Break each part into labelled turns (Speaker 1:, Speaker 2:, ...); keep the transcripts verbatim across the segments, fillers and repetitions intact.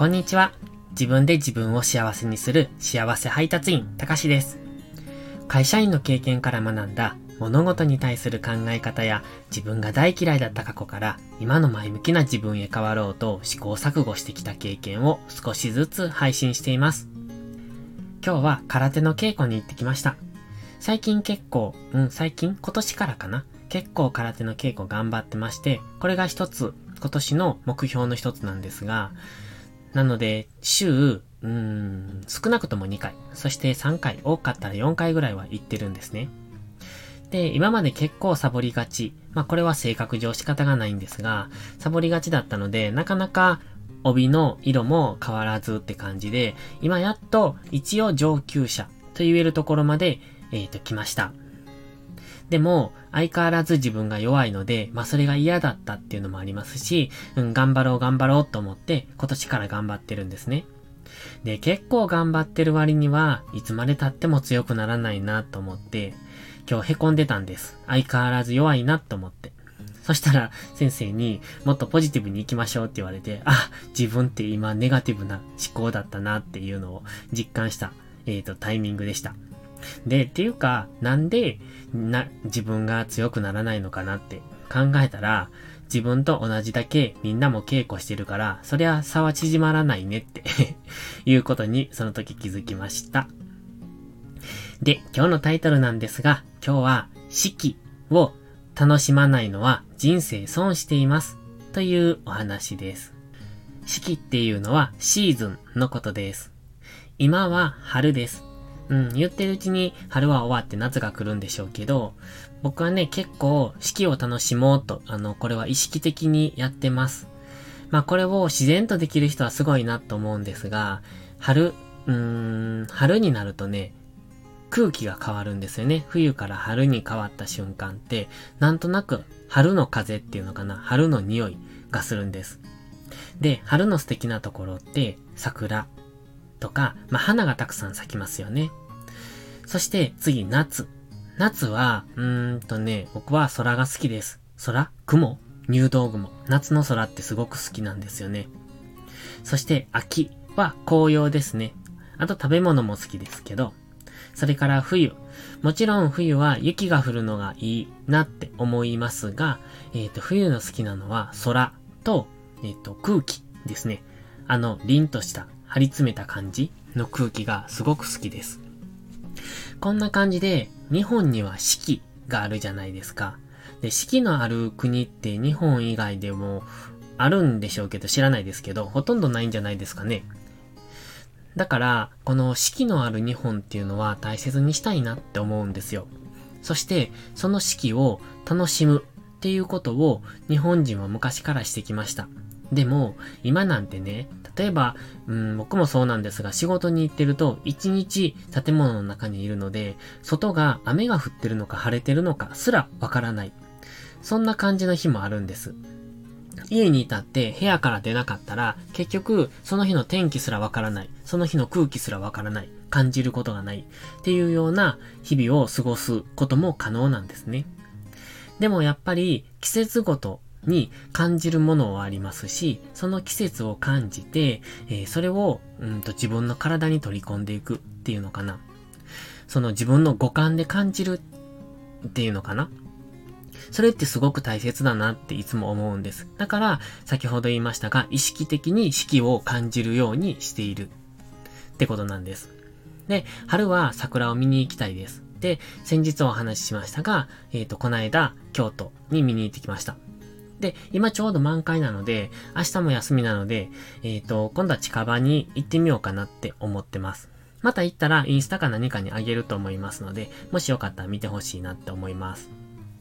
Speaker 1: こんにちは。自分で自分を幸せにする幸せ配達員、たかしです。会社員の経験から学んだ物事に対する考え方や自分が大嫌いだった過去から今の前向きな自分へ変わろうと試行錯誤してきた経験を少しずつ配信しています。今日は空手の稽古に行ってきました。最近結構、うん、最近今年からかな。結構空手の稽古頑張ってまして、これが一つ、今年の目標の一つなんですが、なので、週、うーん、少なくともにかい、そしてさんかい、多かったらよんかいぐらいは行ってるんですね。で、今まで結構サボりがち。まあこれは性格上仕方がないんですが、サボりがちだったので、なかなか帯の色も変わらずって感じで、今やっと一応上級者と言えるところまで、えっと、来ました。でも、相変わらず自分が弱いので、まあそれが嫌だったっていうのもありますし、うん、頑張ろう頑張ろうと思って、今年から頑張ってるんですね。で、結構頑張ってる割には、いつまで経っても強くならないなと思って、今日凹んでたんです。相変わらず弱いなと思って。そしたら、先生にもっとポジティブに行きましょうって言われて、あ、自分って今ネガティブな思考だったなっていうのを実感した、えっと、タイミングでした。で、っていうか、なんで、な、自分が強くならないのかなって考えたら、自分と同じだけみんなも稽古してるから、そりゃ差は縮まらないねっていうことにその時気づきました。で、今日のタイトルなんですが、今日は四季を楽しまないのは人生損していますというお話です。四季っていうのはシーズンのことです。今は春です。うん、言ってるうちに春は終わって夏が来るんでしょうけど、僕はね、結構四季を楽しもうと、あの、これは意識的にやってます。まあこれを自然とできる人はすごいなと思うんですが、春、うーん、春になるとね、空気が変わるんですよね。冬から春に変わった瞬間って、なんとなく春の風っていうのかな、春の匂いがするんです。で、春の素敵なところって、桜とか、まあ花がたくさん咲きますよね。そして次、夏。夏は、うーんとね、僕は空が好きです。空？雲？入道雲。夏の空ってすごく好きなんですよね。そして秋は紅葉ですね。あと食べ物も好きですけど、それから冬。もちろん冬は雪が降るのがいいなって思いますが、えっと、冬の好きなのは空と、えっと、空気ですね。あの、凛とした、張り詰めた感じの空気がすごく好きです。こんな感じで、日本には四季があるじゃないですか。で、四季のある国って日本以外でもあるんでしょうけど、知らないですけど、ほとんどないんじゃないですかね。だから、この四季のある日本っていうのは大切にしたいなって思うんですよ。そして、その四季を楽しむっていうことを日本人は昔からしてきました。でも、今なんてね、例えば、うん、僕もそうなんですが、仕事に行ってると、一日建物の中にいるので、外が雨が降ってるのか晴れてるのかすらわからない。そんな感じの日もあるんです。家にいたって部屋から出なかったら、結局、その日の天気すらわからない。その日の空気すらわからない。感じることがない。っていうような日々を過ごすことも可能なんですね。でもやっぱり、季節ごと、に感じるものはありますし、その季節を感じて、えー、それをうんと自分の体に取り込んでいくっていうのかな。その自分の五感で感じるっていうのかな。それってすごく大切だなっていつも思うんです。だから、先ほど言いましたが、意識的に四季を感じるようにしているってことなんです。で、春は桜を見に行きたいです。で、先日お話ししましたが、えっと、この間、京都に見に行ってきました。で、今ちょうど満開なので、明日も休みなので、えっと、今度は近場に行ってみようかなって思ってます。また行ったらインスタか何かにあげると思いますので、もしよかったら見てほしいなって思います。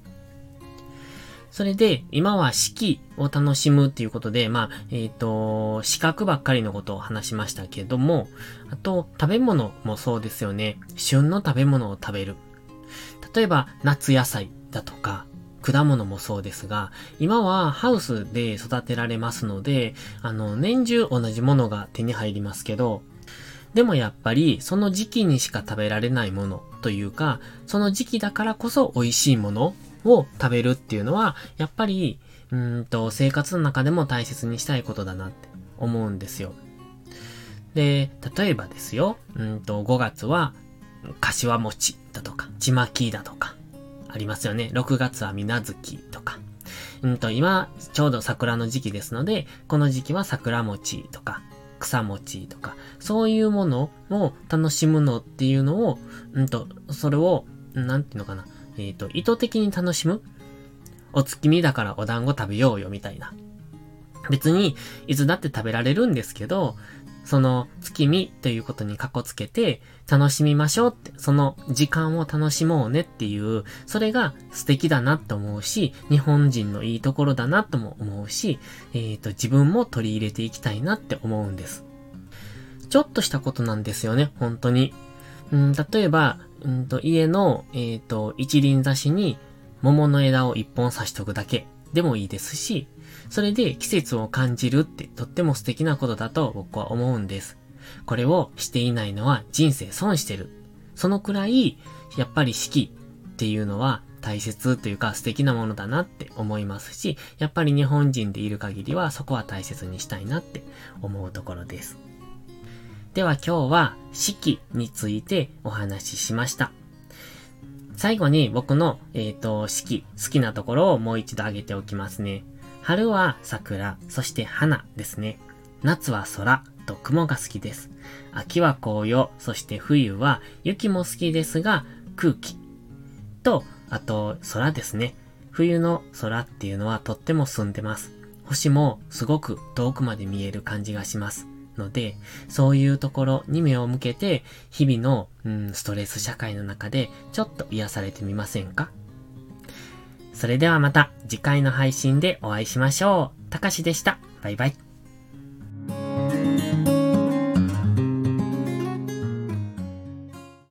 Speaker 1: それで、今は四季を楽しむっていうことで、まあ、えっと、視覚ばっかりのことを話しましたけども、あと、食べ物もそうですよね。旬の食べ物を食べる。例えば、夏野菜だとか、果物もそうですが、今はハウスで育てられますので、あの、年中同じものが手に入りますけど、でもやっぱりその時期にしか食べられないものというか、その時期だからこそ美味しいものを食べるっていうのは、やっぱり、うーんと、生活の中でも大切にしたいことだなって思うんですよ。 で、例えばですよ、うんと、ごがつは、柏餅だとか、ちまきだとか、ありますよね。ろくがつはみなづきとか。うんと、今、ちょうど桜の時期ですので、この時期は桜餅とか、草餅とか、そういうものを楽しむのっていうのを、うんと、それを、なんていうのかな。えっと、意図的に楽しむ。お月見だからお団子食べようよ、みたいな。別に、いつだって食べられるんですけど、その月見ということにかこつけて楽しみましょうって、その時間を楽しもうねっていう、それが素敵だなと思うし、日本人のいいところだなとも思うし、えっと、自分も取り入れていきたいなって思うんです。ちょっとしたことなんですよね、本当に。うん、例えば、うんと、家の、えっと、一輪挿しに桃の枝を一本挿しとくだけでもいいですし、それで季節を感じるってとっても素敵なことだと僕は思うんです。これをしていないのは人生損してる。そのくらい、やっぱり四季っていうのは大切というか素敵なものだなって思いますし、やっぱり日本人でいる限りはそこは大切にしたいなって思うところです。では今日は四季についてお話ししました。最後に僕の、えっと、四季、好きなところをもう一度挙げておきますね。春は桜、そして花ですね。夏は空と雲が好きです。秋は紅葉、そして冬は雪も好きですが、空気と、あと空ですね。冬の空っていうのはとっても澄んでます。星もすごく遠くまで見える感じがします。ので、そういうところに目を向けて、日々の、うん、ストレス社会の中でちょっと癒されてみませんか？それではまた次回の配信でお会いしましょう。たかしでした。バイバイ。